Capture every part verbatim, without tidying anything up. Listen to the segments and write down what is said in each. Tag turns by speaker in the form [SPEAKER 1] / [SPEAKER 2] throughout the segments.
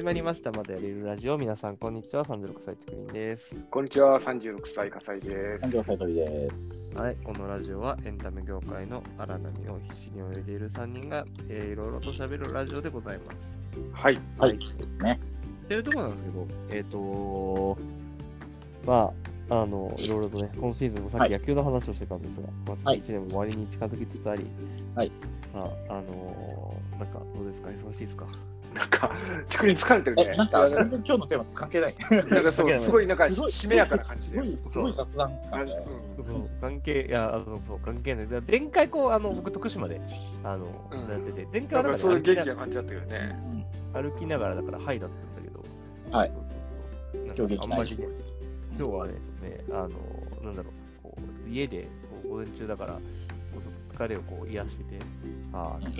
[SPEAKER 1] まりました。まだやれるラジオ。皆さん、こんにちは。さんじゅうろくさい、ちくりんです。
[SPEAKER 2] こんにちは。さんじゅうろくさい、笠井です。
[SPEAKER 3] さんじゅうろくさい、とびです。
[SPEAKER 1] はい。このラジオはエンタメ業界の荒波を必死に泳いでいるさんにんが、えー、いろいろと喋るラジオでございます。
[SPEAKER 2] はい。
[SPEAKER 3] はい。ですね。
[SPEAKER 1] っていうところなんですけど、えっ、ー、とー、まあ、あの、いろいろとね、今シーズンもさっき野球の話をしてたんですが、はい、まあ、いちねんも終わりに近づきつつあり、
[SPEAKER 3] はい。
[SPEAKER 1] まあ、あのー、なんか、どうですか、忙しいですか？
[SPEAKER 2] なんか、ちくりん疲れてるね。
[SPEAKER 3] え、なんか、全然今日のテーマと関係ない。
[SPEAKER 2] なんかそう、すごい、なんか、しめやかな感じで。
[SPEAKER 3] すごい、すごい雑談感で。
[SPEAKER 1] 関係、いや、あの、そう、関係ない。前回、こう、あの、僕、徳島で、あの、うん、なってて、前回はなんか、
[SPEAKER 2] そういう元気な感じだったよね。
[SPEAKER 1] 歩きながら、だから、はいだったんだけ
[SPEAKER 3] ど、はい。今日元気ない
[SPEAKER 1] し。今日はね、ね、あの、なんだろう、こう家で、午前中だから、こう疲れをこう癒してて、ああ、なんか、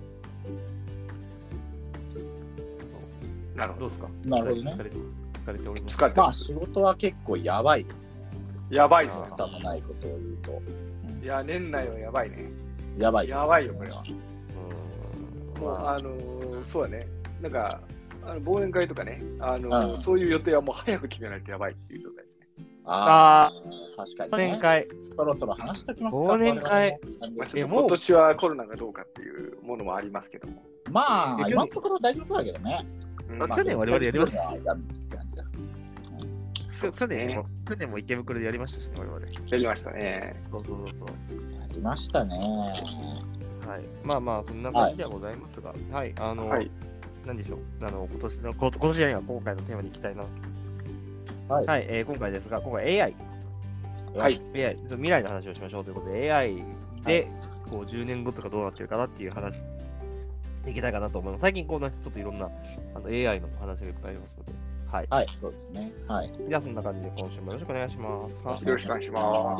[SPEAKER 2] なるほど。
[SPEAKER 1] どうですか？
[SPEAKER 3] なるほどね。
[SPEAKER 1] 疲れて、疲れております。
[SPEAKER 2] 疲れて
[SPEAKER 3] まあ、仕事は結構やばいですね。
[SPEAKER 2] やばいですね。
[SPEAKER 3] 負担もないことを言うと。
[SPEAKER 2] いや、年内はやばいね。
[SPEAKER 3] やばいです。
[SPEAKER 2] やばいよ、これは。
[SPEAKER 1] うん。
[SPEAKER 2] まあ、あのー、そうだね。なんか、あの忘年会とかね、あのーうん、そういう予定はもう早く決めないとやばいっていう状態ですね。
[SPEAKER 3] ああ、確かに、ね。
[SPEAKER 1] 忘年会。
[SPEAKER 3] そろそろ話しときますか。
[SPEAKER 1] 忘年会。
[SPEAKER 2] まあ、ちょっと今年はコロナがどうかっていうものもありますけども。
[SPEAKER 3] まあ、今のところ大丈夫そうだけどね。
[SPEAKER 1] まあ、去年我々やりました。去年も、去年も池袋でやりましたしね、我々。
[SPEAKER 2] やりましたね。
[SPEAKER 1] そうそうそう。
[SPEAKER 3] やりましたね。
[SPEAKER 1] はい。まあまあ、そんな感じではございますが、はい、はい、あの、はい、なんでしょう、あの、今年の、今年じゃないわ、今回のテーマに行きたいな。はい、はい、えー、今回ですが、今回 エーアイ。はい。エーアイ、未来の話をしましょうということで、エーアイ で、こう、じゅうねんごとかどうなってるかなっていう話。いけたいかなと思います。最近こうね、ちょっといろんなあの エーアイ の話がいっぱいありますので、はい。
[SPEAKER 3] はい、そうですね。はい。
[SPEAKER 1] じゃあそんな感じで今週もよろしくお願いします。
[SPEAKER 2] よろしくお願いします。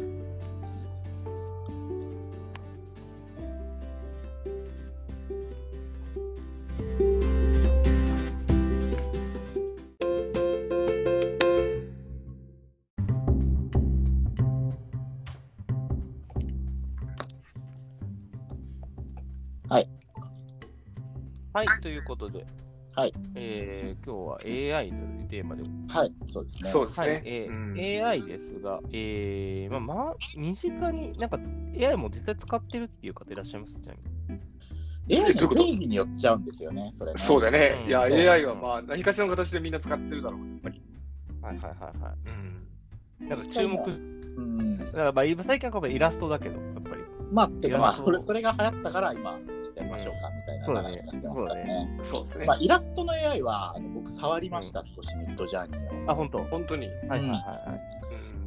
[SPEAKER 3] はい。
[SPEAKER 1] はい、ということで、
[SPEAKER 3] はい。
[SPEAKER 1] えー、今日は エーアイ というテーマで。
[SPEAKER 3] はい、そうですね。
[SPEAKER 2] そうですね。
[SPEAKER 1] はい、えーうん、エーアイ ですが、えー、まあ、まあ、身近に、なんか エーアイ も実際使ってるっていう方いらっしゃいますじゃん。
[SPEAKER 3] エーアイ の定義によっちゃうんですよね、それね。
[SPEAKER 2] そうだね。
[SPEAKER 1] うん、
[SPEAKER 2] いや、エーアイ はまあ、何かしらの形でみんな使ってるだろう、やっぱり。
[SPEAKER 1] はいはいはいはい。うん。なんか注目、
[SPEAKER 3] うん。
[SPEAKER 1] だからまあ、最近はイラストだけど、やっぱり。
[SPEAKER 3] まあ、っていうか、まあ、それ、それが流行ったから、今、してみましょうか、みたいな
[SPEAKER 1] 流れ
[SPEAKER 3] がしてますからね。
[SPEAKER 2] そうですね。
[SPEAKER 3] まあ、イラストの エーアイ は、あの僕、触りました、少し、ミッドジャーニーを。
[SPEAKER 1] あ、本当
[SPEAKER 2] 本当に。はい
[SPEAKER 1] はいはいはい。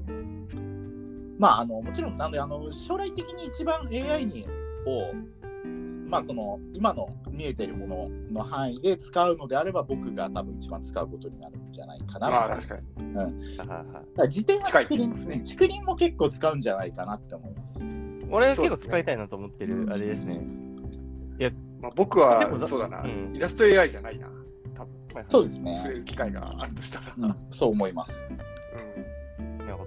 [SPEAKER 3] まあ、あの、もちろん、なんで、あの、将来的に一番 エーアイ に、を、まあ、その、今の見えてるものの範囲で使うのであれば、僕が多分一番使うことになるんじゃないかな。
[SPEAKER 2] まあ、確かに。
[SPEAKER 3] うん。時点は竹林、ね、竹林も結構使うんじゃないかなって思います。
[SPEAKER 1] 俺は結構使いたいなと思ってる、あれですね。
[SPEAKER 2] いや、まあ、僕はそうだな、うん、イラスト エーアイ じゃないな。多分
[SPEAKER 3] そうですね。
[SPEAKER 2] 触れる機会があるとしたら。
[SPEAKER 3] うん、そう思います。
[SPEAKER 1] うん。なるほど。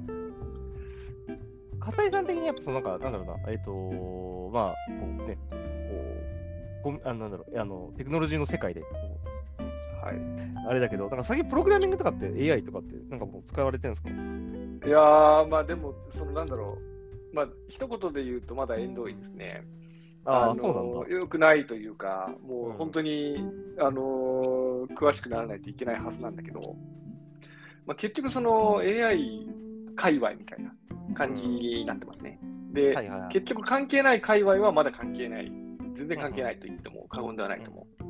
[SPEAKER 1] 片井さん的にやっぱそのなんか、なんだろうな、えっ、ー、と、まあ、こうね、こう、あなんだろう、あの、テクノロジーの世界で、はい、あれだけど、なんか最近プログラミングとかって エーアイ とかって、なんかもう使われてるんですか？
[SPEAKER 2] いやー、まあでも、そのなんだろう、まあ、一言で言うとまだ縁遠いですね。
[SPEAKER 1] ああ、そうなんだ。
[SPEAKER 2] よくないというか、もう本当に、うん、あの詳しくならないといけないはずなんだけど、まあ、結局その エーアイ 界隈みたいな感じになってますね。で、はいはいはい、結局関係ない界隈はまだ関係ない。全然関係ないと言っても過言ではないと思う。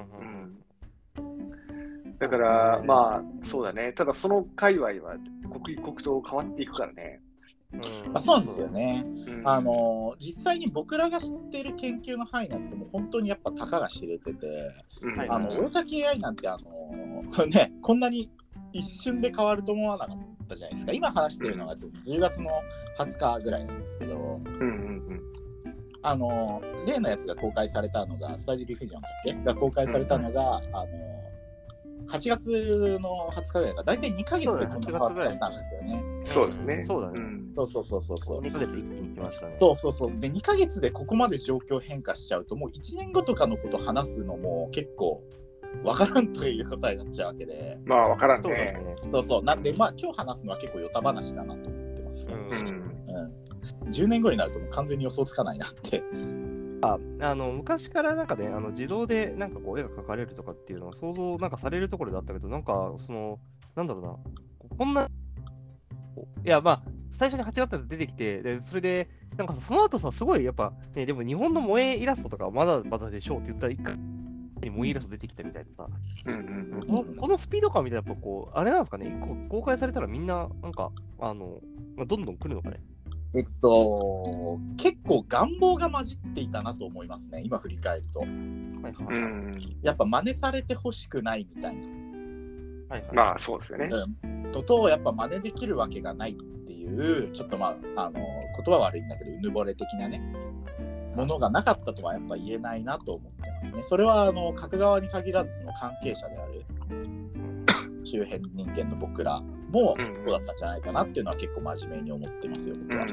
[SPEAKER 2] だから、まあ、そうだね。ただその界隈は刻一刻と変わっていくからね。
[SPEAKER 3] うんまあ、そうなんですよね、うん、あの実際に僕らが知っている研究の範囲なんてもう本当にやっぱたかが知れてて、うん、あのお絵かき エーアイ なんてあの、ね、こんなに一瞬で変わると思わなかったじゃないですか。今話しているのがじゅうがつのはつかぐらいなんですけど、うんうんうん、あの例のやつが公開されたのがスタジオリフュージョンだっけが公開されたのが、うん、あのはちがつのはつかぐらいがだいたいにかげつでこんな変わっちゃったんですよね。
[SPEAKER 2] そうですね。
[SPEAKER 1] そうだね。
[SPEAKER 3] そうそうそうそうそう。
[SPEAKER 1] にかげつ一気に来ましたね。
[SPEAKER 3] そうそうそう。でにかげつでここまで状況変化しちゃうともういちねんごとかのこと話すのも結構分からんという答えになっちゃうわけで。
[SPEAKER 2] まあ分からんね。
[SPEAKER 3] そうそう。なんで、まあ今日話すのは結構ヨタ話だなと思ってます。うんうん、じゅうねんごになるともう完全に予想つかないなって。
[SPEAKER 1] ああの昔からなんかね、あの自動でなんかこう絵が描かれるとかっていうのは想像なんかされるところだったけど、なんかその、なんだろうな、こんな、いやまあ、最初にはちがつで出てきて、でそれで、なんかその後さ、すごいやっぱ、ね、でも日本の萌えイラストとかまだまだでしょうって言ったら、一回に萌えイラスト出てきたみたいなさ、うんうんうん、このこのスピード感みたいな、やっぱこう、あれなんですかね、公開されたらみんな、なんか、あの、まあ、どんどん来るのかね。
[SPEAKER 3] えっと、結構願望が混じっていたなと思いますね、今振り返ると。はいはいはい、やっぱ真似されてほしくないみたいな。
[SPEAKER 2] はいはい、まあそうですよね。
[SPEAKER 3] うん、とと、やっぱ真似できるわけがないっていう、ちょっとまあ、あの言葉悪いんだけど、うぬぼれ的なね、ものがなかったとはやっぱ言えないなと思ってますね。それはあの各側に限らず、その関係者である周辺人間の僕らもそうだったんじゃないかなっていうのは結構真面目に思ってますよ、僕は。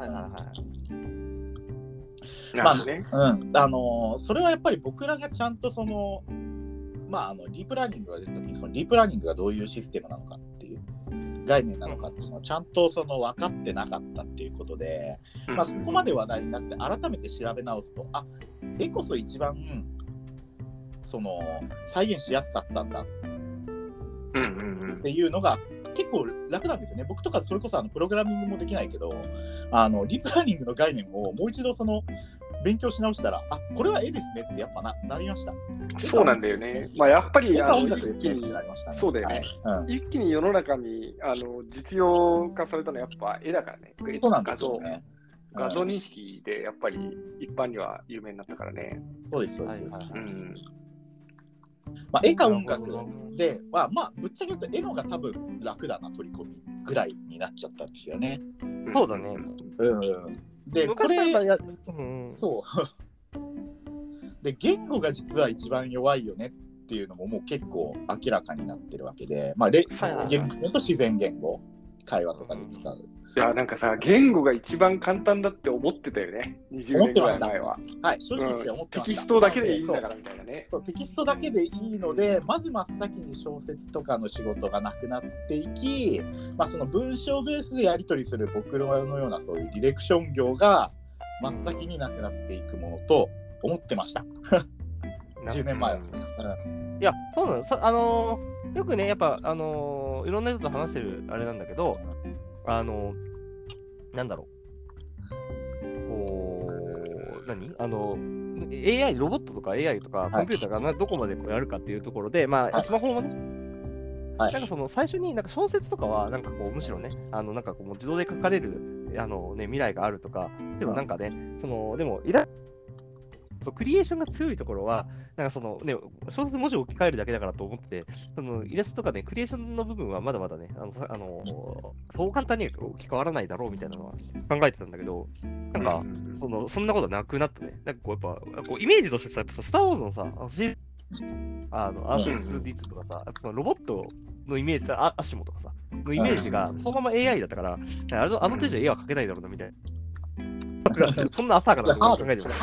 [SPEAKER 3] まあね、うん、あのそれはやっぱり僕らがちゃんとその、まあ、あのリープラーニングが出た時にそのリープラーニングがどういうシステムなのかっていう概念なのかっていうのをちゃんとその分かってなかったっていうことで、まあ、そこまで話題になって改めて調べ直すと、あ、絵こそ一番その再現しやすかったんだっていうのが結構楽なんですよね。僕とかそれこそあのプログラミングもできないけど、あのリープラーニングの概念をもう一度その勉強し直したら、あ、これは絵ですねってやっぱ な, なりました。
[SPEAKER 2] そうなんだよね。まあやっぱりあの
[SPEAKER 3] 音楽でになりましたね。
[SPEAKER 2] そうだよね、はい、うん。一気に世の中にあの実用化されたのはやっぱ絵だからね。
[SPEAKER 3] そうなんですよね。
[SPEAKER 2] 画像認識でやっぱり一般には有名になったからね。
[SPEAKER 3] そうですそうです。はいはいはい、うん、まあ、絵か音楽では、まあ、ぶっちゃけ言うと絵のが多分楽だな取り込みぐらいになっちゃったんですよね。
[SPEAKER 1] そうだね。
[SPEAKER 3] うん、でこれ、うん、そうで言語が実は一番弱いよねっていうのももう結構明らかになってるわけで、まあ、言語と自然言語会話とかで使う。
[SPEAKER 2] いやなんかさ、言語が一番簡単だって思ってたよね、にじゅうねんぐらい前は。
[SPEAKER 3] はい、正直言って思ってました、うん、
[SPEAKER 2] テキストだけでいいんだからみたいなね。
[SPEAKER 3] そう、テキストだけでいいので、まず真っ先に小説とかの仕事がなくなっていき、まあ、その文章ベースでやり取りする僕のようなそういうディレクション業が真っ先になくなっていくものと思ってました。じゅうねんまえは。
[SPEAKER 1] うん、いや、そうなの。あのー、よくね、やっぱ、あのー、いろんな人と話してるあれなんだけど、あのー、なんだろう。こう、何あの、エーアイ、ロボットとか エーアイ とかコンピューターがな、はい、どこまでこうやるかっていうところで、まあ、スマホもね、はい、なんかその最初になんか小説とかは、なんかこう、むしろね、あの、なんかこう、自動で書かれる、あのね、未来があるとか、でもなんかね、その、でも、イラそうクリエーションが強いところは、なんかそのね、小説文字を置き換えるだけだからと思って、そのイラストとかね、クリエーションの部分はまだまだね、あの、あのそう簡単には置き換わらないだろうみたいなのは考えてたんだけど、なんか、そのそんなことなくなったね。なんかこうやっぱ、こうイメージとしてさ、やっぱさスター・ウォーズのさ、あの、アーシー ツーディーツー とかさ、やっぱそのロボットのイメージ、アシモとかさ、のイメージがそのまま エーアイ だったから、あのあの手じゃ絵は描けないだろうなみたいな。そんな浅はかなこと考えてる。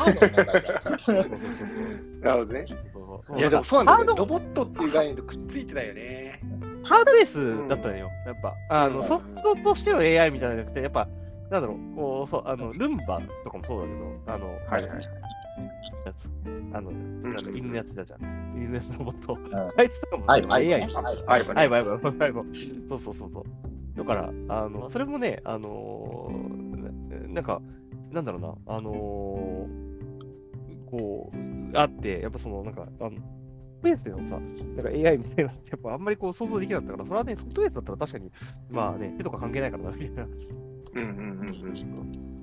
[SPEAKER 2] なるほどね。いやでもそうなんだよね。ロボットっていう概念とくっついてないよね。
[SPEAKER 1] ハードベースだったのよ。やっぱあのソフトとしての エーアイ みたいなのじゃなくて、やっぱなんだろう、こうそうあのルンバとかもそうだけど、あのはいはいやつあのなんか犬のやつだじゃん。犬のやつのロボット。あいつとかも エーアイ。アイバイバイバイバイバイ。そうそうそうそう。だからあのそれもねあのなんかなんだろうな、あのー、こう、あって、やっぱその、なんか、あの、ベースでのさ、なんか エーアイ みたいな、やっぱあんまりこう想像できなかったから、それはね、ソフトベースだったら確かに、まあね、手とか関係ないからな、みたいな。うんうんうんうん。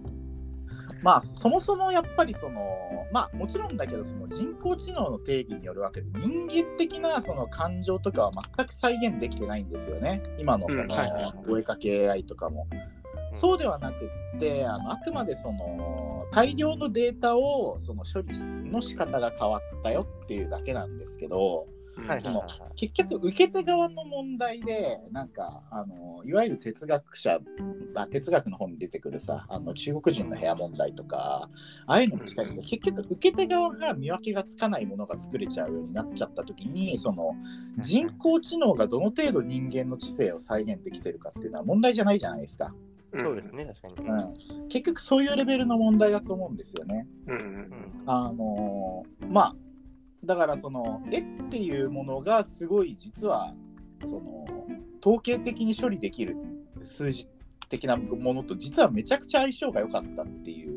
[SPEAKER 3] まあ、そもそもやっぱりその、まあ、もちろんだけど、その人工知能の定義によるわけで、人間的なその感情とかは全く再現できてないんですよね。今のその、お絵かき エーアイ とかも。そうではなくってあのあくまでその大量のデータをその処理の仕方が変わったよっていうだけなんですけど、 結局受け手側の問題でなんかあのいわゆる哲学者、あ、哲学の本に出てくるさ、あの中国人の部屋問題とかああいうのに近いけど、結局受け手側が見分けがつかないものが作れちゃうようになっちゃった時に、その人工知能がどの程度人間の知性を再現できてるかっていうのは問題じゃないじゃないですか。
[SPEAKER 1] そうですね、確かに、
[SPEAKER 3] うん、結局そういうレベルの問題だと思うんですよね。うんうん、あのー、まあだからその絵っていうものがすごい実はその統計的に処理できる数字的なものと実はめちゃくちゃ相性が良かったっていう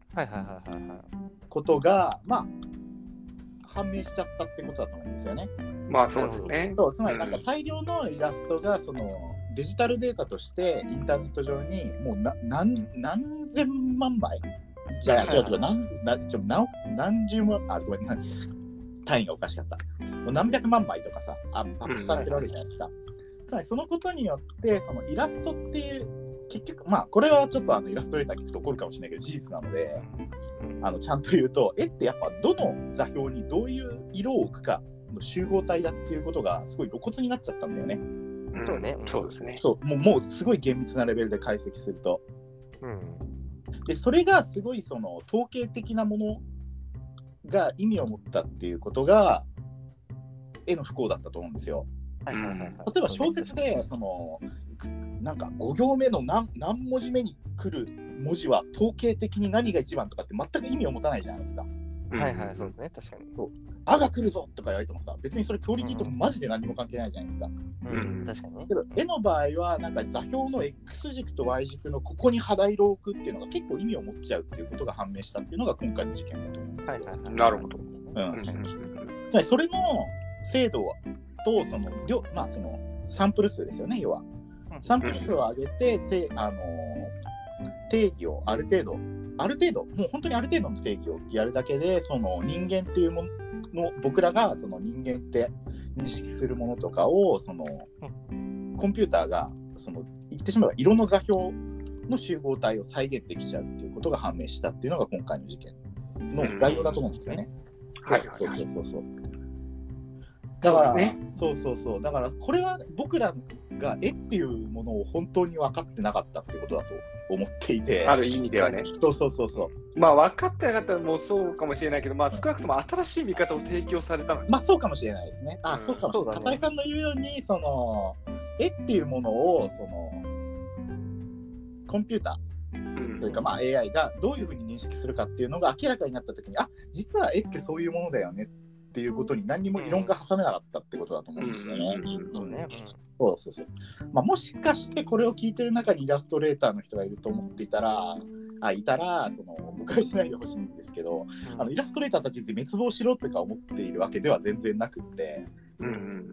[SPEAKER 3] ことがまあ判明しちゃったってことだと思うんですよね。
[SPEAKER 2] まあそうですね。
[SPEAKER 3] そう、つまりなんか大量のイラストがそのデジタルデータとしてインターネット上にもうな 何, 何千万枚じゃあ違う違う何何ちょ何何十万あごめん何単位がおかしかった。もう何百万枚とかさ、アップされてるわけじゃないですか。うん、つまりそのことによって、そのイラストっていう、結局、まあ、これはちょっとあのイラストレーター聞くと怒るかもしれないけど、事実なので、あのちゃんと言うと、絵ってやっぱどの座標にどういう色を置くかの集合体だっていうことがすごい露骨になっちゃったんだよね。
[SPEAKER 2] うん、そうね、そうですね。
[SPEAKER 3] そう、もう、もうすごい厳密なレベルで解析すると。うん、で、それがすごいその統計的なものが意味を持ったっていうことが絵の不幸だったと思うんですよ。例えば小説でそのなんかご行目の 何, 何文字目に来る文字は統計的に何が一番とかって全く意味を持たないじゃないですか。
[SPEAKER 1] はいはい、そうですね、確かに。
[SPEAKER 3] そう、あが来るぞとか言われてもさ、別にそれクオリティとかマジで何も関係ないじゃないですか。
[SPEAKER 1] うん、うん、確かにね。
[SPEAKER 3] けど絵の場合はなんか座標の X 軸と Y 軸のここに肌色を置くっていうのが結構意味を持っちゃうっていうことが判明したっていうのが今回の事件だと思うんですよ。はいはいはい、
[SPEAKER 2] なるほど。
[SPEAKER 3] うん。つまりそれの精度とその量、まあそのサンプル数ですよね、要は。サンプル数を上げて、てあのー、定義をある程度、ある程度、もう本当にある程度の定義をやるだけで、その人間っていうものの、僕らがその人間って認識するものとかを、そのコンピューターがその言ってしまえば色の座標の集合体を再現できちゃうっていうことが判明したっていうのが今回の事件の概要だと思うんですよね。
[SPEAKER 2] うん、はい、
[SPEAKER 3] そうそうそうそう。だから、ね、そうそうそう。だからこれは僕らが絵っていうものを本当に分かってなかったっていうことだと思っていて。
[SPEAKER 2] ある意味ではね。
[SPEAKER 3] そうそうそうそう。
[SPEAKER 2] まあ分かってなかったらもうそうかもしれないけど、まあ少なくとも新しい見方を提供されたの、
[SPEAKER 3] まあそうかもしれないですね。あ、うん、そうかもしれない。笠井さんの言うように、その絵っていうものをそのコンピューターというか、まあ エーアイ がどういうふうに認識するかっていうのが明らかになったときに、あ、実は絵ってそういうものだよねっていうことに何にも異論が挟めなかったってことだと思うんですよね。そうそうそう。まあ、もしかしてこれを聞いてる中にイラストレーターの人がいると思っていたら、あ、いたらその誤解しないでほしいんですけど、あのイラストレーターたちで滅亡しろとか思っているわけでは全然なくって、うん、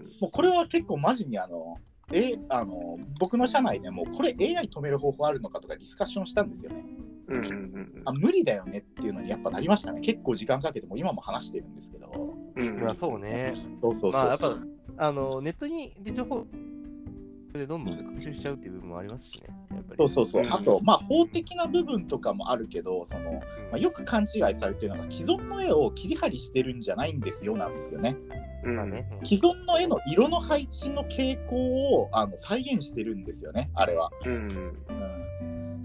[SPEAKER 3] もうこれは結構マジにあのえあの僕の社内でもこれ エーアイ 止める方法あるのかとかディスカッションしたんですよね。うんうんうん、あ、無理だよねっていうのにやっぱなりましたね。結構時間かけても今も話してるんですけど。
[SPEAKER 1] うん、まあそうね。
[SPEAKER 3] そうそうそうそう。
[SPEAKER 1] まあやっぱあのネットに情報でどんどん学習しちゃうっていう部分もありますしね。やっぱり
[SPEAKER 3] そうそうそう。あとまあ法的な部分とかもあるけど、その、まあ、よく勘違いされてるのが既存の絵を切り張りしてるんじゃないんですよなんですよね。うんね、既存の絵の色の配置の傾向をあの再現してるんですよね、あれは。うんうん、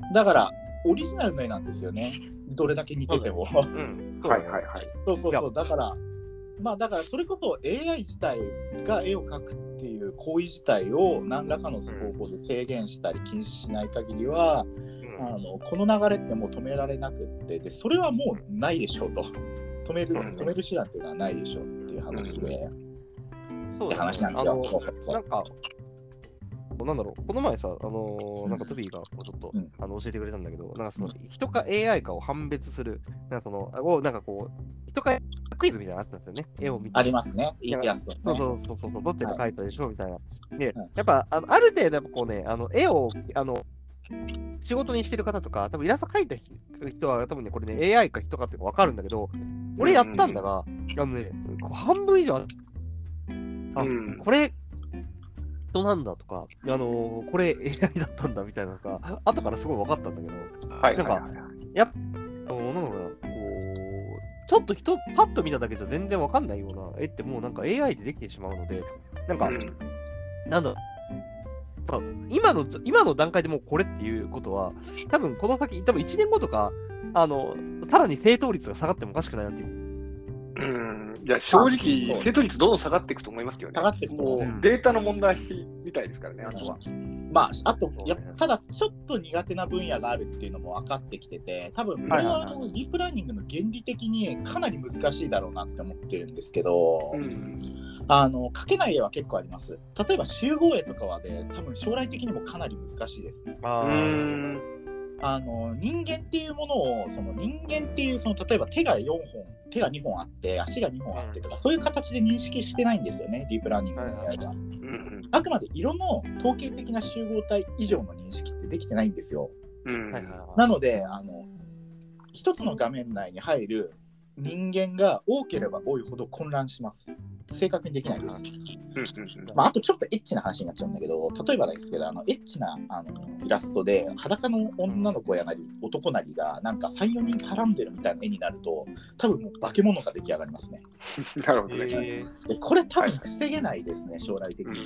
[SPEAKER 3] だからオリジナルの絵なんですよね、どれだけ似てても。そう、うん、はいはいはい。そうそうそう、だから、まあだからそれこそ エーアイ 自体が絵を描くっていう行為自体を何らかの方法で制限したり禁止しない限りは、うん、あのこの流れってもう止められなくって、でそれはもうないでしょうと。止める、止める手段っていうのはないでしょうっていう話で、うん、そうって話なんですよ。そうそうそう、
[SPEAKER 1] なんかなんだろう、この前さ、あのー、なんかトビーがちょっと、うん、あの教えてくれたんだけど、なんかその人か エーアイ かを判別する、なんかその、をなんかこう、人かクイズみたいなのあったんですよね、絵を見て。
[SPEAKER 3] ありますね、イラスト、ね。
[SPEAKER 1] そうそうそうそう、どっちが描いたでしょうみたいな。で、はい、やっぱあのある程度、やっぱこうね、あの絵を、あの、仕事にしてる方とか、多分イラスト描いた人は多分ね、これね、エーアイ か人かって分かるんだけど、俺やったんだが、あのね、半分以上あ、あ、うん、これ、人なんだとか、あのー、これ エーアイ だったんだみたいなのが、後からすごい分かったんだけど、はい、なんか、はいはいはい、やっぱ、なんだろうな、こう、 ちょっと人、パッと見ただけじゃ全然わかんないような絵ってもうなんか エーアイ でできてしまうので、なんか、うん、なんだ今の、今の段階でもうこれっていうことは、多分この先、多分いちねんごとか、あの、さらに正答率が下がってもおかしくないなっていう。
[SPEAKER 2] うん、いや、正直、正答率どんどん下がっていくと思いますけどね。
[SPEAKER 3] 下がっていくと思
[SPEAKER 2] う。もうデータの問題みたいですからね、あとは。
[SPEAKER 3] まあ、あとや、ただ、ちょっと苦手な分野があるっていうのも分かってきてて、多分これはあのディープラーニングの原理的にかなり難しいだろうなって思ってるんですけど、うん、あの描けない絵は結構あります。例えば集合絵とかはね、多分将来的にもかなり難しいですね。ああの人間っていうものをその人間っていうその例えば手がよんほん手がにほんあって足がにほんあってとか、そういう形で認識してないんですよね、ディープラーニングの エーアイ は。あくまで色の統計的な集合体以上の認識ってできてないんですよ。なのであの一つの画面内に入る人間が多ければ多いほど混乱します。正確にできないです。まあ、あとちょっとエッチな話になっちゃうんだけど、例えばですけど、あのエッチなあのイラストで裸の女の子やなり男なりがなんかさん、よにん絡んでるみたいな絵になると、多分もう化け物が出来上がりますね。
[SPEAKER 2] なるほどね。
[SPEAKER 3] でこれ多分防げないですね、将来的にね。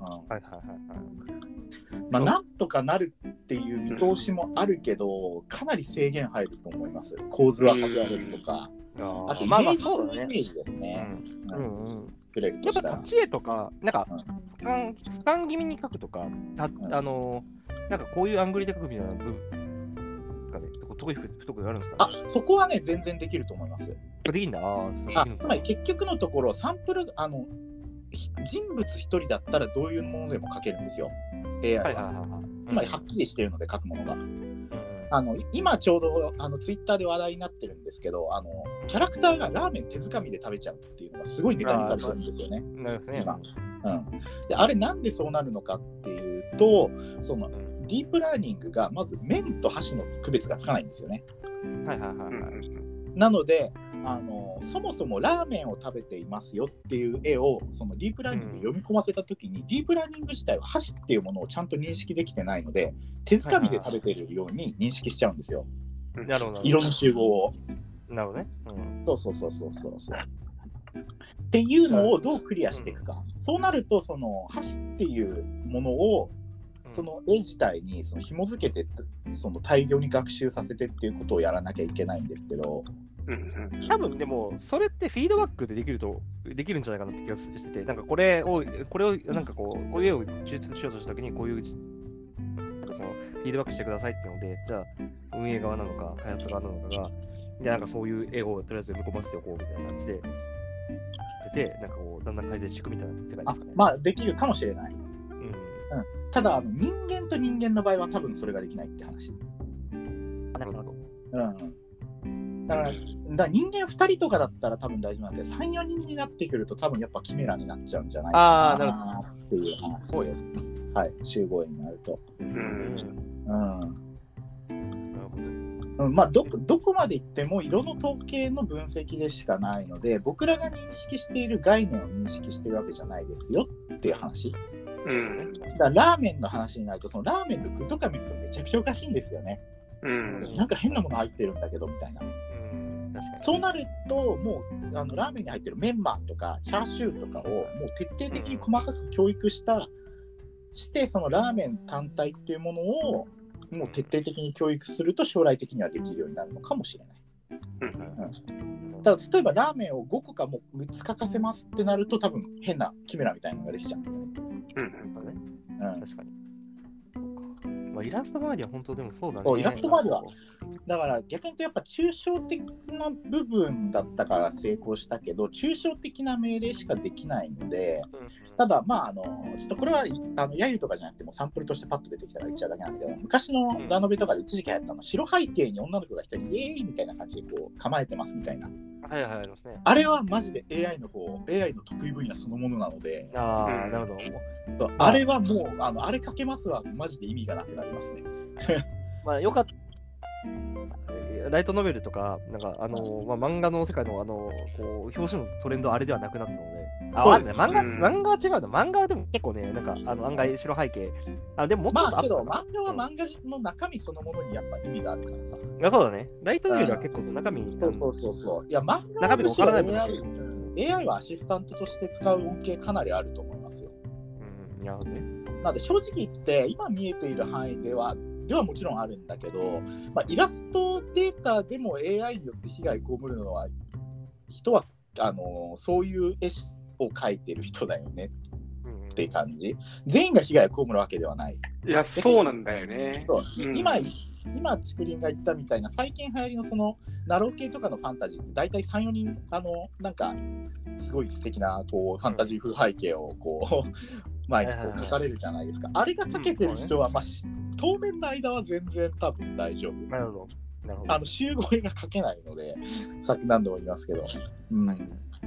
[SPEAKER 3] まあ、なんとかなるっていう見通しもあるけど、かなり制限入ると思います。構図は変えられるとか。あ, あとイメージのイメージですね。
[SPEAKER 1] やっぱ立ち絵とか、なんか、俯瞰、俯瞰気味に描くとか、たあのなんかこういうアングルで描くみたいな部分がね、得意不得意あるんですか、
[SPEAKER 3] ね、あ、そこはね、全然できると思います。
[SPEAKER 1] できんだ。あ
[SPEAKER 3] あつまり結局のところ、サンプル、あの人物一人だったらどういうものでも描けるんですよ、エーアイ は。はいはいはいはい、つまりはっきりしているので、描くものが。あの今ちょうどあのツイッターで話題になってるんですけど、あのキャラクターがラーメン手づかみで食べちゃうっていうのがすごいネタにされてるんですよね。
[SPEAKER 1] なるほどね。
[SPEAKER 3] うん、であれなんでそうなるのかっていうと、そのディープラーニングがまず麺と箸の区別がつかないんですよね。
[SPEAKER 1] はいはいはいはい。
[SPEAKER 3] なのであのそもそもラーメンを食べていますよっていう絵をそのディープラーニングに読み込ませたときに、うん、ディープラーニング自体は箸っていうものをちゃんと認識できてないので、手づかみで食べてるように認識しちゃうんですよ。
[SPEAKER 1] なるほど。
[SPEAKER 3] 色の集合を。
[SPEAKER 1] なるほどね。うん、
[SPEAKER 3] そうそうそうそうそうそう。っていうのをどうクリアしていくか。うん、そうなるとその箸っていうものをその絵自体にその紐付けてその大量に学習させてっていうことをやらなきゃいけないんですけど。
[SPEAKER 1] 多分でもそれってフィードバックでできるとできるんじゃないかなって気がしてて、なんかこれをこれをなんかこうこういう絵を抽出しようとしたときにこういうそのフィードバックしてくださいっていうので、じゃあ運営側なのか開発側なのかがじゃあなんかそういう絵をとりあえず読み込ませておこうみたいな感じで出て、なんかこうだんだん改善していくみたいな世界ですかね。
[SPEAKER 3] あ、まあできるかもしれない。うん。うん、ただあの人間と人間の場合は多分それができないって話。
[SPEAKER 1] なるほど。
[SPEAKER 3] うん。だから、だから人間ふたりとかだったら多分大丈夫なんだけど、さん、よにんになってくると多分やっぱキメラになっちゃうんじゃないかなっていう話です。はい、集合絵になると。うん。うん。まあど、どこまでいっても色の統計の分析でしかないので、僕らが認識している概念を認識しているわけじゃないですよっていう話。うん。だからラーメンの話になると、そのラーメンの具とか見るとめちゃくちゃおかしいんですよね。うん、なんか変なもの入ってるんだけどみたいな。そうなるともうあのラーメンに入ってるメンマとかチャーシューとかをもう徹底的に細かく教育したしてそのラーメン単体っていうものをもう徹底的に教育すると将来的にはできるようになるのかもしれない。うん、ただ例えばラーメンをごこかもみっつ書かせますってなると多分変なキメラみたいなのができちゃうんだよね。
[SPEAKER 1] うん、うん、確かに。まあ、イラスト周りは本当でもそうだね。
[SPEAKER 3] そうイラスト周りはだから逆に言うとやっぱ抽象的な部分だったから成功したけど抽象的な命令しかできないので、ただまああのちょっとこれはあの揶揄とかじゃなくてもサンプルとしてパッと出てきたから言っちゃうだけなんだけど、昔のラノベとかで一時期流行ったの白背景に女の子が一人イエーイみたいな感じでこう構えてますみたいな。
[SPEAKER 1] はいはい、ありますね。
[SPEAKER 3] あれはマジで エーアイ の方 エーアイ の得意分野そのものなので、
[SPEAKER 1] ああ、なるほ
[SPEAKER 3] ど。あれはもうあのあれかけますはマジで意味がなくなりますね。
[SPEAKER 1] まあよかった。 ライトノベルとか、なんか、あのー、まあ、漫画の世界の、あのー、こう、表紙のトレンドあれではなくなったので、あ、わかんない。漫画、漫画は違うの。漫画はでも結構ね、なんか、あの、案外、白背景。あ、でももっと
[SPEAKER 3] まあ、けど、漫画は漫画の中身そのものにやっぱ意味があるからさ。
[SPEAKER 1] いや、そうだね。ライトノベルは結構中身に。
[SPEAKER 3] そうそうそうそう。いや、漫画
[SPEAKER 1] 中身が分からないもんね。
[SPEAKER 3] エーアイ はアシスタントとして使う恩恵かなりあると思いますよ。
[SPEAKER 1] うん、なるほどね。
[SPEAKER 3] なので、正直言って、今見えている範囲では、ではもちろんあるんだけど、まあ、イラストデータでも エーアイ によって被害を被るのは、人はあのそういう絵を描いてる人だよねっていう感じ。全員が被害を被るわけではない。
[SPEAKER 2] いや、そうなんだよね。
[SPEAKER 3] そう、うん、今、今、竹林が言ったみたいな、最近流行りのそのナロー系とかのファンタジーって、大体さん、よにん、あの、なんか、すごい素敵なこうファンタジー風背景をこう、前にこう書かれるじゃないですか。あれが書けてる人は、まあ、当面の間は全然多分大丈夫。
[SPEAKER 1] なるほど。なるほ
[SPEAKER 3] ど。あの集合絵が書けないので、さっき何度も言いますけど。うん。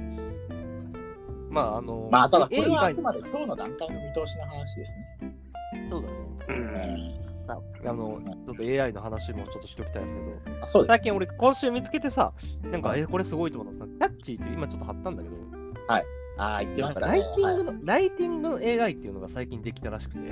[SPEAKER 1] まあ、あのー、
[SPEAKER 3] まあ、ただこれはあくまで今日の段階の見通しの話ですね。
[SPEAKER 1] そうだね。うんあの、ちょっと エーアイ の話もちょっとしときたいんですけど、
[SPEAKER 3] そうです。
[SPEAKER 1] 最近俺今週見つけてさ、なんか、え、これすごいと思った。キャッチーって今ちょっと貼ったんだけど、
[SPEAKER 3] はい。ああ、言ってましたね。
[SPEAKER 1] ライティングの、はい、ライティングの エーアイ っていうのが最近できたらしくて。
[SPEAKER 2] うん、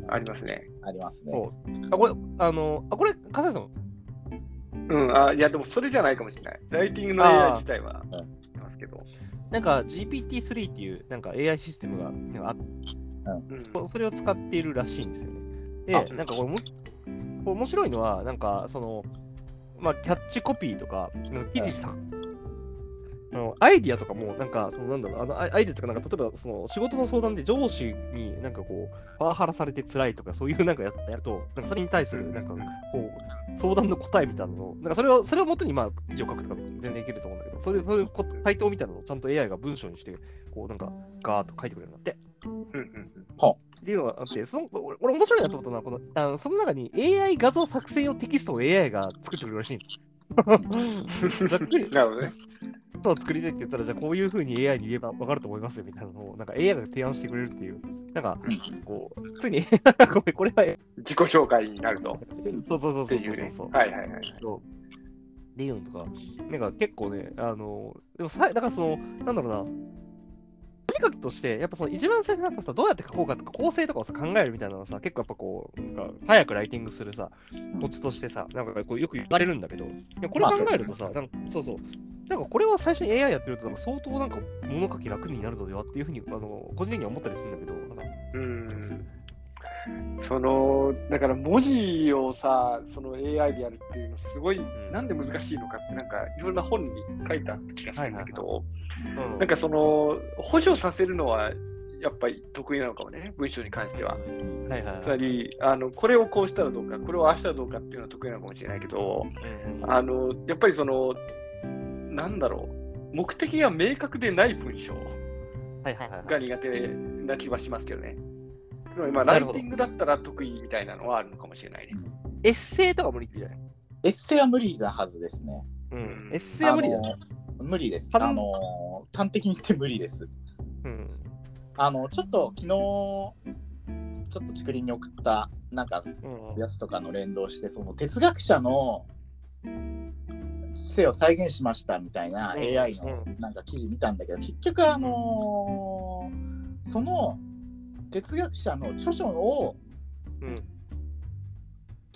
[SPEAKER 2] ありますね。
[SPEAKER 3] ありますね。
[SPEAKER 2] あ、
[SPEAKER 1] これ、あの、あ、これ、笠井さん。
[SPEAKER 2] うん、あ、いや、でもそれじゃないかもしれない。ライティングの エーアイ 自体は知ってますけど。
[SPEAKER 1] なんか ジーピーティースリー っていうなんか エーアイ システムがあって、うん、それを使っているらしいんですよね。で、なんかこれも、これ面白いのは、なんかその、まあ、キャッチコピーとか、記事さ、あのアイディアとかも、なんか、そのなんだろう、あのアイディアとか、なんか例えばその仕事の相談で上司になんかこう、パワハラされて辛いとか、そういうなんかやると、なんかそれに対するなんかこう、相談の答えみたいなのを、なんかそれを、それを元にまあ記事を書くとか全然できると思うんだけど、それそういう回答みたいなのをちゃんと エーアイ が文章にして、こうなんかガーッと書いてくれるんだって。はっていうのがあって、その俺、俺面白いなと思ったのは、このあのその中に エーアイ 画像作成用テキストを エーアイ が作ってくれるらしいんです。ざっくり。
[SPEAKER 2] なるほどね。
[SPEAKER 1] そう作りたいって言ったら、じゃあこういうふうに エーアイ に言えば分かると思いますよみたいなのを、なんか エーアイ が提案してくれるっていう、なんか、こう、ついに、これ、これは、
[SPEAKER 2] 自己紹介になると。
[SPEAKER 1] そうそうそうそうそうそう。
[SPEAKER 2] はいはいはい。
[SPEAKER 1] そう。っていうのとか、なんか結構ね、あの、でもさ、だからその、なんだろうな、書きとして、やっぱその一番最初なんかさ、どうやって書こうかとか、構成とかをさ、考えるみたいなのさ、結構やっぱこう、なんか早くライティングするさ、コツとしてさ、なんかこうよく言われるんだけど、これ考えるとさ、なんかそうそう、なんかこれは最初に エーアイ やってると、なんか相当なんか物書き楽になるのではっていうふうに、あの個人的には思ったりするんだけど、なんか
[SPEAKER 2] うんそのだから文字をさ、その エーアイ でやるっていうのすごい、うん、なんで難しいのかってなんかいろんな本に書いた気がするんだけど、なんかその補助させるのはやっぱり得意なのかもね、文章に関しては。
[SPEAKER 1] はいはいはい、
[SPEAKER 2] つまりあのこれをこうしたらどうか、これをああしたらどうかっていうのは得意なのかもしれないけど、うん、あのやっぱりそのなんだろう、目的が明確でない文章が苦手な気はしますけどね。つまりまあライティングだったら得意みたいなのはあるのかもしれないね。
[SPEAKER 1] エッセイとか無理じゃない？
[SPEAKER 3] エッセイは無理なはずですね。
[SPEAKER 1] うん、エッセイは無理だね。
[SPEAKER 3] 無理です。あの端的に言って無理です。うん、あのちょっと昨日ちょっと竹林に送ったなんかやつとかの連動して、その哲学者の知性を再現しましたみたいな エーアイ のなんか記事見たんだけど、結局あのー、その哲学者の著書を、うん、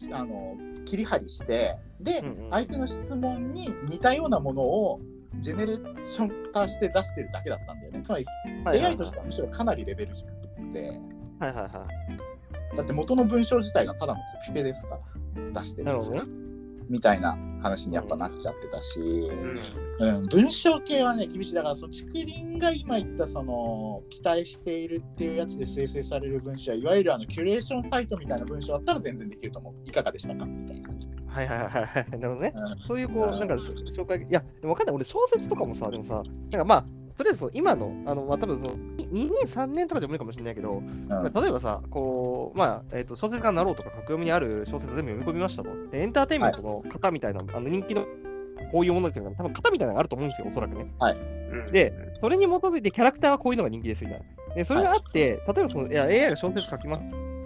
[SPEAKER 3] あの切り張りしてで、うんうん、相手の質問に似たようなものをジェネレーション化して出してるだけだったんだよね。つまり、はいはいはい、エーアイ としてはむしろかなりレベル低くて、はいはいはい、だって元の文章自体がただのコピペですから出してるんですよ、ね、みたいな話にやっぱなっちゃってたし、うんうん、文章系はね厳しい。だからその竹林が今言ったその期待しているっていうやつで生成される文章は、いわゆるあのキュレーションサイトみたいな文章だったら全然できると思う。いかがでしたかみたいな。
[SPEAKER 1] はいはいはいはい、なるほどね。うん、そういうこう、なんか紹介、いや、でも分かんない。俺小説とかもさ、でもさ、なんかまあ、とりあえず今の、あの、まあ多分そのにねん、さんねんとかでもいいかもしれないけど、うん、例えばさ、こう、まあ、えっと、小説家になろうとか、格読みにある小説全部読み込みましたと。で、エンターテインメントの型みたいな、はい、あの人気のこういうものっていうのが、多分型みたいなのがあると思うんですよ、おそらくね。はい。で、それに基づいてキャラクターはこういうのが人気ですみたいな。で、それがあって、はい、例えばその、いや、エーアイ が小説書きます。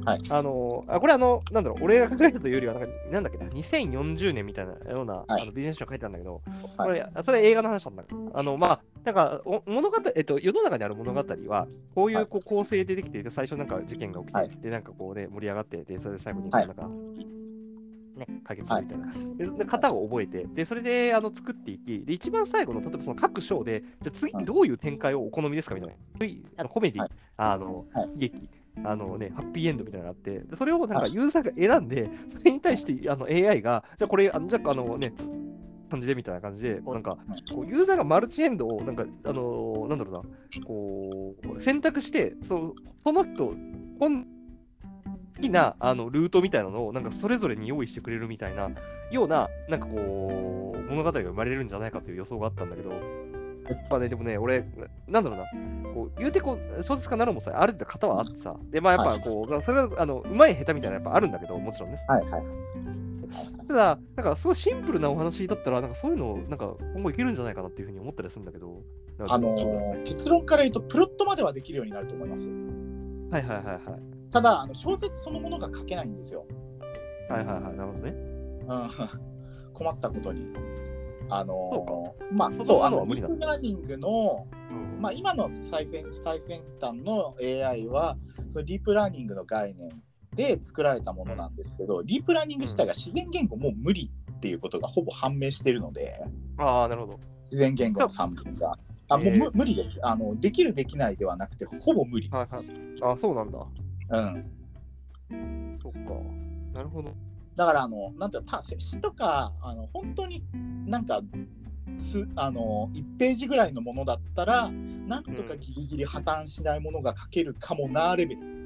[SPEAKER 3] はい、
[SPEAKER 1] あのあこれあの、なんだろう、俺が考えたというよりは、なんかなんだっけな、にせんよんじゅうねんみたいなような、はい、あのビジネス書書いてあるんだけど、これ、それ映画の話なんだけど、あの、まあ、なんか物語、えっと、世の中にある物語は、こういうこう構成でできていて、最初なんか事件が起きて、はい、で、なんかこうね、盛り上がって、で、それで最後になんか、はいね、解決するみたいな、はい、で型を覚えて、でそれであの作っていき、で一番最後の例えばその各章で、じゃ次どういう展開をお好みですかみたいな、あのコメディ、はい、あの悲劇、あのね、ハッピーエンドみたいなのがあって、でそれをなんかユーザーが選んで、それに対してあの エーアイ が、じゃあこれ、あのじゃああのね、感じでみたいな感じで、なんかこうユーザーがマルチエンドを、なんか、あのー、なんだろうな、こう選択して、そその人、好きなあのルートみたいなのをなんかそれぞれに用意してくれるみたいなようななんかこう物語が生まれるんじゃないかという予想があったんだけど、やっぱね、でもね、俺、なんだろうな、こう言うてこう小説家なるもさ、ある程度型はあってさ、で、まあやっぱこう、はい、それはあのうまい下手みたいなやっぱあるんだけど、もちろんね。
[SPEAKER 3] はいはい。
[SPEAKER 1] ただ、なんかすごいシンプルなお話だったら、なんかそういうのなんか今後いけるんじゃないかなっていうふうに思ったりするんだけど、
[SPEAKER 3] あのー、結論から言うと、プロットまではできるようになると思います。
[SPEAKER 1] はいはいはいはい。
[SPEAKER 3] ただあの小説そのものが書けないんですよ。
[SPEAKER 1] はいはいはい、なるほどね。
[SPEAKER 3] うん、困ったことに。あの
[SPEAKER 1] ー、
[SPEAKER 3] まあそう、あのディープラーニングの、うん、まあ今の最先最先端の エーアイはそのディープラーニングの概念で作られたものなんですけど、ディープラーニング自体が自然言語もう無理っていうことがほぼ判明しているので、
[SPEAKER 1] ああなるほど。
[SPEAKER 3] 自然言語の産物が。あもう、えー、無理ですあの。できるできないではなくてほぼ無理。
[SPEAKER 1] はいはい。あそうなんだ。
[SPEAKER 3] うん。
[SPEAKER 1] そっか。なるほど。
[SPEAKER 3] だからあのなんていうか詩とかあの本当になんかすあのいちページぐらいのものだったらなんとかギリギリ破綻しないものが書けるかもなレベル。
[SPEAKER 1] うん、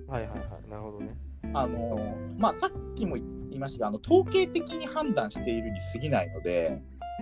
[SPEAKER 1] はいはいはい。なるほどね。
[SPEAKER 3] あのまあさっきも言いましたがあの統計的に判断しているに過ぎないので、うん、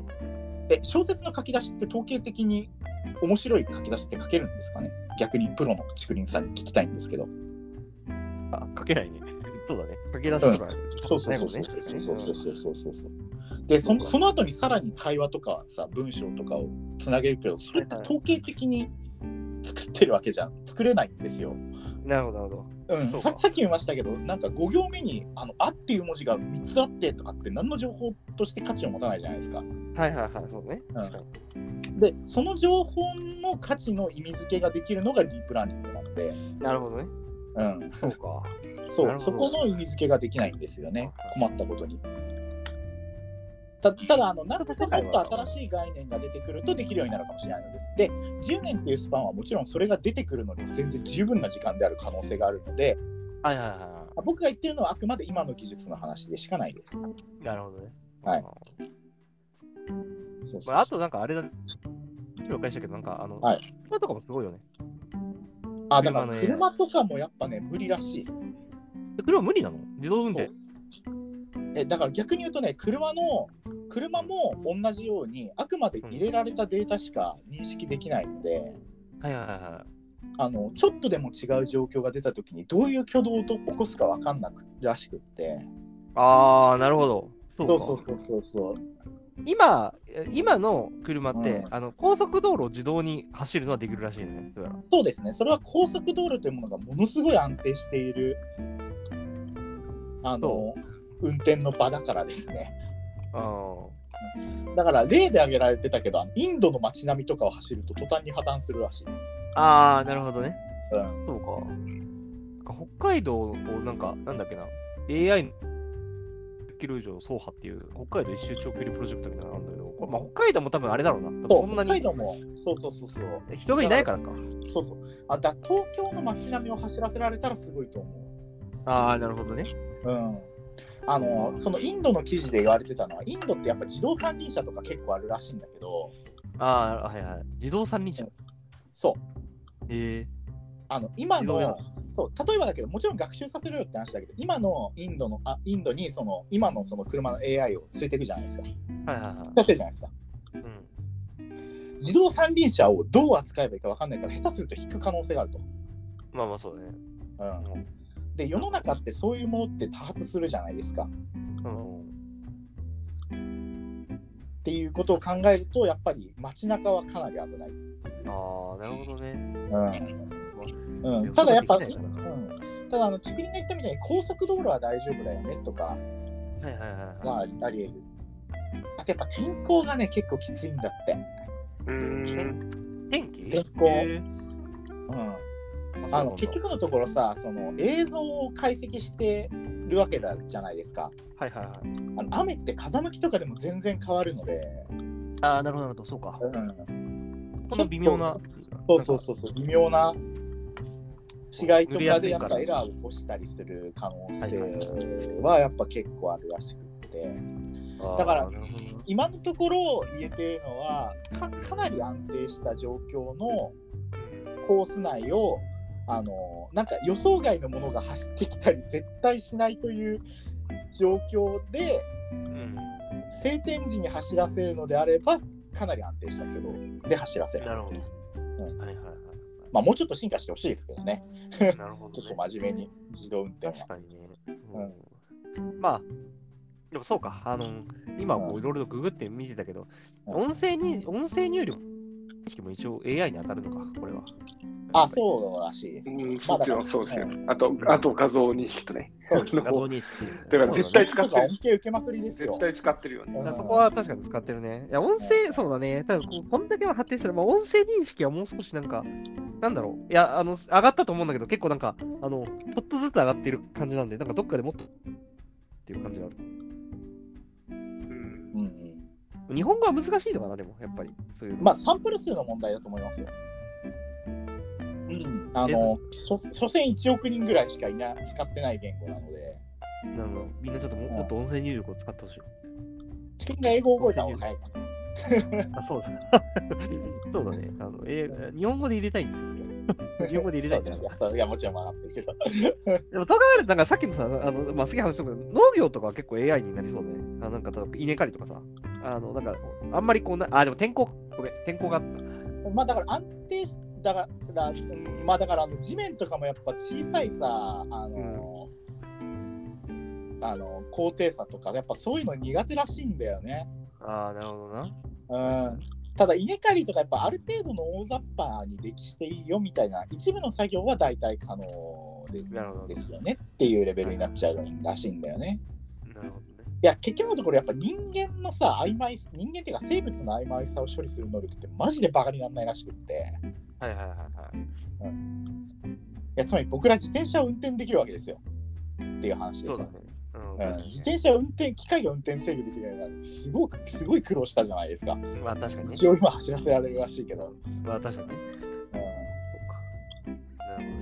[SPEAKER 3] え小説の書き出しって統計的に面白い書き出しって書けるんですかね。逆にプロの竹林さんに聞きたいんですけど。
[SPEAKER 1] あ書けないね。そうだね。書き出しとか、
[SPEAKER 3] うん、そうそうそうそうそうそうそうそうそう。でそのその後にさらに会話とかさ文章とかをつなげるけどそれって統計的に作ってるわけじゃん。作れないんですよ。
[SPEAKER 1] なるほどなるほど。
[SPEAKER 3] うん、さ, さっき言いましたけどなんかご行目にあのあっていう文字がみっつあってとかって何の情報として価値を持たないじゃないですか。
[SPEAKER 1] はいはいはいそうね。
[SPEAKER 3] うん、でその情報の価値の意味付けができるのがディープラーニングなので。
[SPEAKER 1] なるほどね。
[SPEAKER 3] うん、
[SPEAKER 1] そうか。
[SPEAKER 3] そうそこの意味付けができないんですよね。困ったことに。た, ただあのなんとかちょっと新しい概念が出てくるとできるようになるかもしれないのです。でじゅうねんっていうスパンはもちろんそれが出てくるのに全然十分な時間である可能性があるので、
[SPEAKER 1] はいはいはい、
[SPEAKER 3] 僕が言ってるのはあくまで今の技術の話でしかないです。
[SPEAKER 1] なるほどね。
[SPEAKER 3] はい。
[SPEAKER 1] そうそうそうまあ、あとなんかあれだ了解したけどなんかあの、はい、車とかもすごいよね。
[SPEAKER 3] あだから車とかもやっぱね無理らしい。
[SPEAKER 1] 車無理なの？自動運転。
[SPEAKER 3] えだから逆に言うとね車の車も同じようにあくまで入れられたデータしか認識できないので、
[SPEAKER 1] うん、はいはいはい。
[SPEAKER 3] あのちょっとでも違う状況が出たときにどういう挙動を起こすか分かんなくらしくって。
[SPEAKER 1] ああなるほど。
[SPEAKER 3] そうそうそうそうそう。
[SPEAKER 1] 今今の車って、うん、あの高速道路を自動に走るのはできるらしいね。
[SPEAKER 3] そうですね。それは高速道路というものがものすごい安定しているあの運転の場だからですね。
[SPEAKER 1] あ
[SPEAKER 3] だから例で挙げられてたけどインドの街並みとかを走ると途端に破綻するらしい。
[SPEAKER 1] ああなるほどね。
[SPEAKER 3] うん、
[SPEAKER 1] そうか。北海道をなんかなんだっけな エーアイ キロ以上走破っていう北海道一周長距離プロジェクトみたいなのがあるんだけど、まあ、北海道も多分あれだろうな。多分そんなに
[SPEAKER 3] 北海道もそうそうそうそう
[SPEAKER 1] 人がいないからか。
[SPEAKER 3] そうそう。あだ東京の街並みを走らせられたらすごいと思
[SPEAKER 1] う。ああなるほどね。
[SPEAKER 3] うん。あのそのインドの記事で言われてたのはインドってやっぱ自動三輪車とか結構あるらしいんだけど。
[SPEAKER 1] ああはいはい。自動三輪車。
[SPEAKER 3] そう。
[SPEAKER 1] えー、
[SPEAKER 3] あの今のそう例えばだけどもちろん学習させるよって話だけど今のインドのあインドにその今のその車の エーアイ を連れていくじゃないですか。
[SPEAKER 1] はいはいはい。
[SPEAKER 3] 出せるじゃないですか。うん。自動三輪車をどう扱えばいいか分かんないから下手すると引く可能性があると。
[SPEAKER 1] まあまあそうね。
[SPEAKER 3] うん。で世の中ってそういうものって多発するじゃないですか。
[SPEAKER 1] うん。
[SPEAKER 3] っていうことを考えるとやっぱり街中はかなり危ない。
[SPEAKER 1] ああなるほどね。
[SPEAKER 3] うん。うん、ただやっぱ、うん、 ただあのちくりんが言ったみたいに高速道路は大丈夫だよねとか
[SPEAKER 1] はいはいはいはい。
[SPEAKER 3] はあり得る。あとやっぱ天候がね結構きついんだって。
[SPEAKER 2] うーん。
[SPEAKER 1] 天気？
[SPEAKER 3] 天候。
[SPEAKER 1] へー
[SPEAKER 3] うん。あの結局のところさ、その映像を解析してるわけだじゃないですか。
[SPEAKER 1] はいはいはい。
[SPEAKER 3] あの雨って風向きとかでも全然変わるので。
[SPEAKER 1] ああ、なるほどなるほど、そうか。
[SPEAKER 3] うん。
[SPEAKER 1] この微妙な。
[SPEAKER 3] そうそうそうそう、微妙な違いとかでやっぱエラーを起こしたりする可能性はやっぱ結構あるらしくって。だから今のところ言えてるのは か, かなり安定した状況のコース内をあのなんか予想外のものが走ってきたり絶対しないという状況で、うん、晴天時に走らせるのであればかなり安定したけどで走らせる。
[SPEAKER 1] なるほど。
[SPEAKER 3] うん、はいはいはい。
[SPEAKER 1] ま
[SPEAKER 3] あもうちょっと進化してほしいですけどね。
[SPEAKER 1] なるほど、ね。
[SPEAKER 3] ちょっと真面目に自動運転は。
[SPEAKER 1] 確かにね。うん、まあ。でもそうか、あの、今こういろいろとググって見てたけど、うん、音声に、音声入力認識も一応 エーアイ に当たるのか、これは。
[SPEAKER 3] あ、そうらしい。
[SPEAKER 2] うん、もちろんそうですね。あと、あと画像認識とね。
[SPEAKER 1] 画像認識。
[SPEAKER 2] だから絶対使ってる。
[SPEAKER 3] 恩恵受けまくりですよ。
[SPEAKER 2] 絶対使ってるよね。
[SPEAKER 1] うん、そこは確かに使ってるね。いや、音声、そうだね。ただ、こんだけは発展したら、まあ、音声認識はもう少しなんか、なんだろう。いや、あの、上がったと思うんだけど、結構なんか、あの、ちょっとずつ上がっている感じなんで、なんかどっかでもっとっていう感じがある。日本語は難しいのかな、でも、やっぱり。そういう
[SPEAKER 3] まあ、サンプル数の問題だと思いますよ。うん。あの、所詮いちおくにんぐらいしかいな使ってない言語なので。
[SPEAKER 1] なるほど。みんなちょっとも,、うん、もっと音声入力を使ってほしい。
[SPEAKER 3] チキンが英語を覚えた方が早いか
[SPEAKER 1] な。あ、そうだ。そうだね。あのえー。日本語で入れたいんですよ。日本語で入れたいんだよ。
[SPEAKER 3] いや、もちろん分かってるけど。
[SPEAKER 1] でも、と考えると、なんかさっきのさ、あのまあ、すげえ話したけど、農業とかは結構 エーアイ になりそうだね。あなんか、稲刈りとかさ。あの、なんか、あんまりこうな、あ、でも天候、ごめん、天候があった。
[SPEAKER 3] まあ、だから安定し、だから、うん、まあ、だから、地面とかもやっぱ小さいさ、あの、うん、あの、高低差とか、やっぱそういうの苦手らしいんだよね。
[SPEAKER 1] ああ、なるほど
[SPEAKER 3] な。うん。ただ稲刈りとかやっぱある程度の大雑把にできしていいよみたいな一部の作業は大体可能 で, ですよねっていうレベルになっちゃうらしいんだよね。
[SPEAKER 1] なるほどね。
[SPEAKER 3] いや結局のところやっぱ人間のさ曖昧人間っていうか生物の曖昧さを処理する能力ってマジでバカにならないらしくって。
[SPEAKER 1] はいはいはいはい。
[SPEAKER 3] うん、いやつまり僕ら自転車を運転できるわけですよっていう話ですよ。
[SPEAKER 1] そうだね。うん
[SPEAKER 3] うん、自転車運転、機械が運転制御できるようにすごくすごい苦労したじゃないですか。
[SPEAKER 1] まあ確かに、ね。
[SPEAKER 3] 一応今走らせられるらしいけど。
[SPEAKER 1] まあ確かにね。うん。そうか。なるほどです。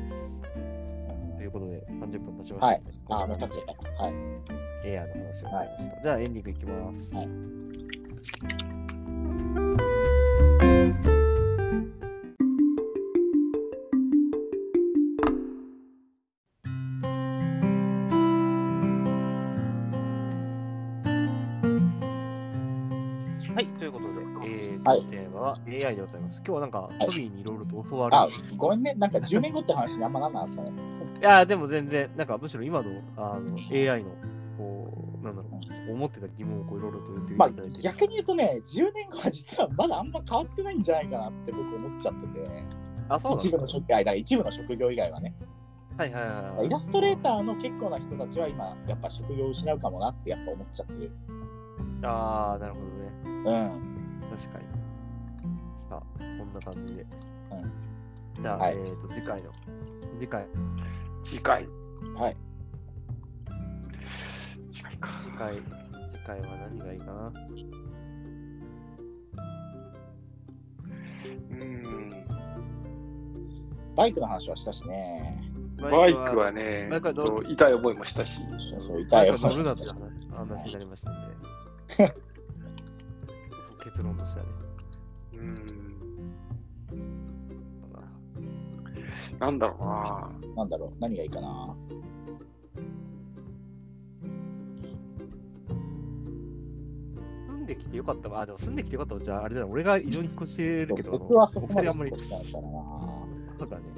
[SPEAKER 1] うん、ということで、さんじゅっぷん経ちました。
[SPEAKER 3] はい。あ、もう経っちゃった。はい。
[SPEAKER 1] エアの話をしました。はい、じゃあエンディングいきます。はい。はい、ということで、えー、はい、テーマは エーアイ でございます。今日はなんか、トビーにいろいろと教わる、
[SPEAKER 3] はい。あ、ごめんね、なんかじゅうねんごって話にあんまなんなかったね。
[SPEAKER 1] いや、でも全然、なんかむしろ今の、あの エーアイ の、こう、なんだろう、思ってた疑問をいろいろと言っていただいて、まあ、
[SPEAKER 3] 逆に言うとね、じゅうねんごは実はまだあんま変わってないんじゃないかなって僕思っちゃってて、
[SPEAKER 1] あ、そうなん
[SPEAKER 3] 一部の職業、だから一部の職業以外はね。
[SPEAKER 1] はいはいはいはい。
[SPEAKER 3] イラストレーターの結構な人たちは今、やっぱ職業を失うかもなってやっぱ思っちゃってる。
[SPEAKER 1] あー、なるほどね。
[SPEAKER 3] うん。
[SPEAKER 1] 確かに。さあ、こんな感じで。
[SPEAKER 3] うん。
[SPEAKER 1] じゃあ、はい、えっ、ー、と、次回の。次回。
[SPEAKER 2] 次回。
[SPEAKER 3] はい。
[SPEAKER 2] 次回か。
[SPEAKER 1] 次回、次回は何がいいかな。
[SPEAKER 2] うーん。
[SPEAKER 3] バイクの話はしたしね。
[SPEAKER 2] バイクはね、バイクはと痛い思いもしたし。
[SPEAKER 3] そうそう、痛い思いも
[SPEAKER 1] したし。乗るなって話、話になりましたんで。結論としてはね。
[SPEAKER 2] うーん。なんだろうな。
[SPEAKER 3] なんだろう、何がいいかな。
[SPEAKER 1] 住んできてよかったわ。あ、でも住んできてよかったわ。じゃあ、あれだな、俺が異常に引っ越してるけど、
[SPEAKER 3] 僕はそこまで
[SPEAKER 1] あんまり。そうだね。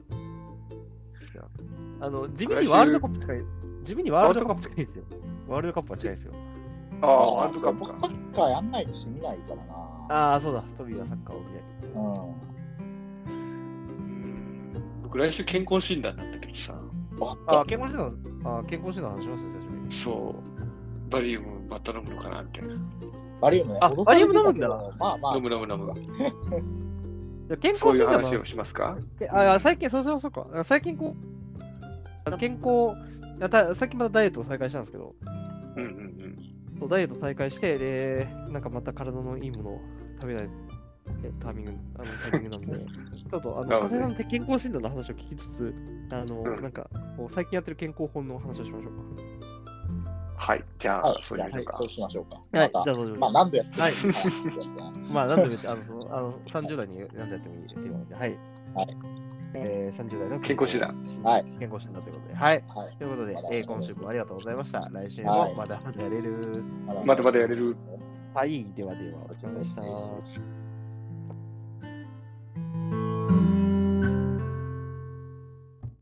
[SPEAKER 1] あの、地味にワールドカップ近い。地味にワールドカップ近いですよ。ワールドカップは近いですよ。
[SPEAKER 2] ああ、ワールドカップか。
[SPEAKER 3] サッカーやんないとし見ないからな。
[SPEAKER 1] ああ、そうだ。トビーはサッカーを見ない。
[SPEAKER 3] うん。
[SPEAKER 2] 僕、来週健康診断なんだけどさ。
[SPEAKER 1] ああ、健康診断、あ健康診断話しますよ、久しぶりに。
[SPEAKER 2] そう。バリウムまた飲むのかなみたいな。
[SPEAKER 3] バリウムね。
[SPEAKER 1] あ、バリウム飲むんだ。
[SPEAKER 3] まあまあ。
[SPEAKER 2] 飲む飲む飲む。
[SPEAKER 1] 健康診断
[SPEAKER 2] そういう話をしますか？
[SPEAKER 1] あ最近、そうそうそうか。最近こう、健康、最近またダイエットを再開したんですけど、
[SPEAKER 2] うんうんうん。
[SPEAKER 1] そうダイエット再開して、で、なんかまた体のいいものを食べないタイミング、あのタイミングなんで、ちょっと、あの、加瀬さんって健康診断の話を聞きつつ、あの、うん、なんか、こう最近やってる健康法の話をしましょうか。
[SPEAKER 2] はい、じゃあ、
[SPEAKER 3] はい、
[SPEAKER 2] そうしましょうか。
[SPEAKER 3] そうしましょうか。
[SPEAKER 1] はい、じゃあそうしましょう。
[SPEAKER 3] まあ、何度やってもいい。
[SPEAKER 1] まあ、何度やってもいい。あの、さんじゅう代に何度やってもいいっていうので、はい。
[SPEAKER 3] はい。
[SPEAKER 1] えー、さんじゅう代の
[SPEAKER 2] 健康診断。
[SPEAKER 3] はい。
[SPEAKER 1] 健康診断ということで。はい。はい、ということで、えー、今週もありがとうございました。来週もまだまだやれる。
[SPEAKER 2] まだまだやれる。
[SPEAKER 1] はい、ではでは、お疲れ様でした。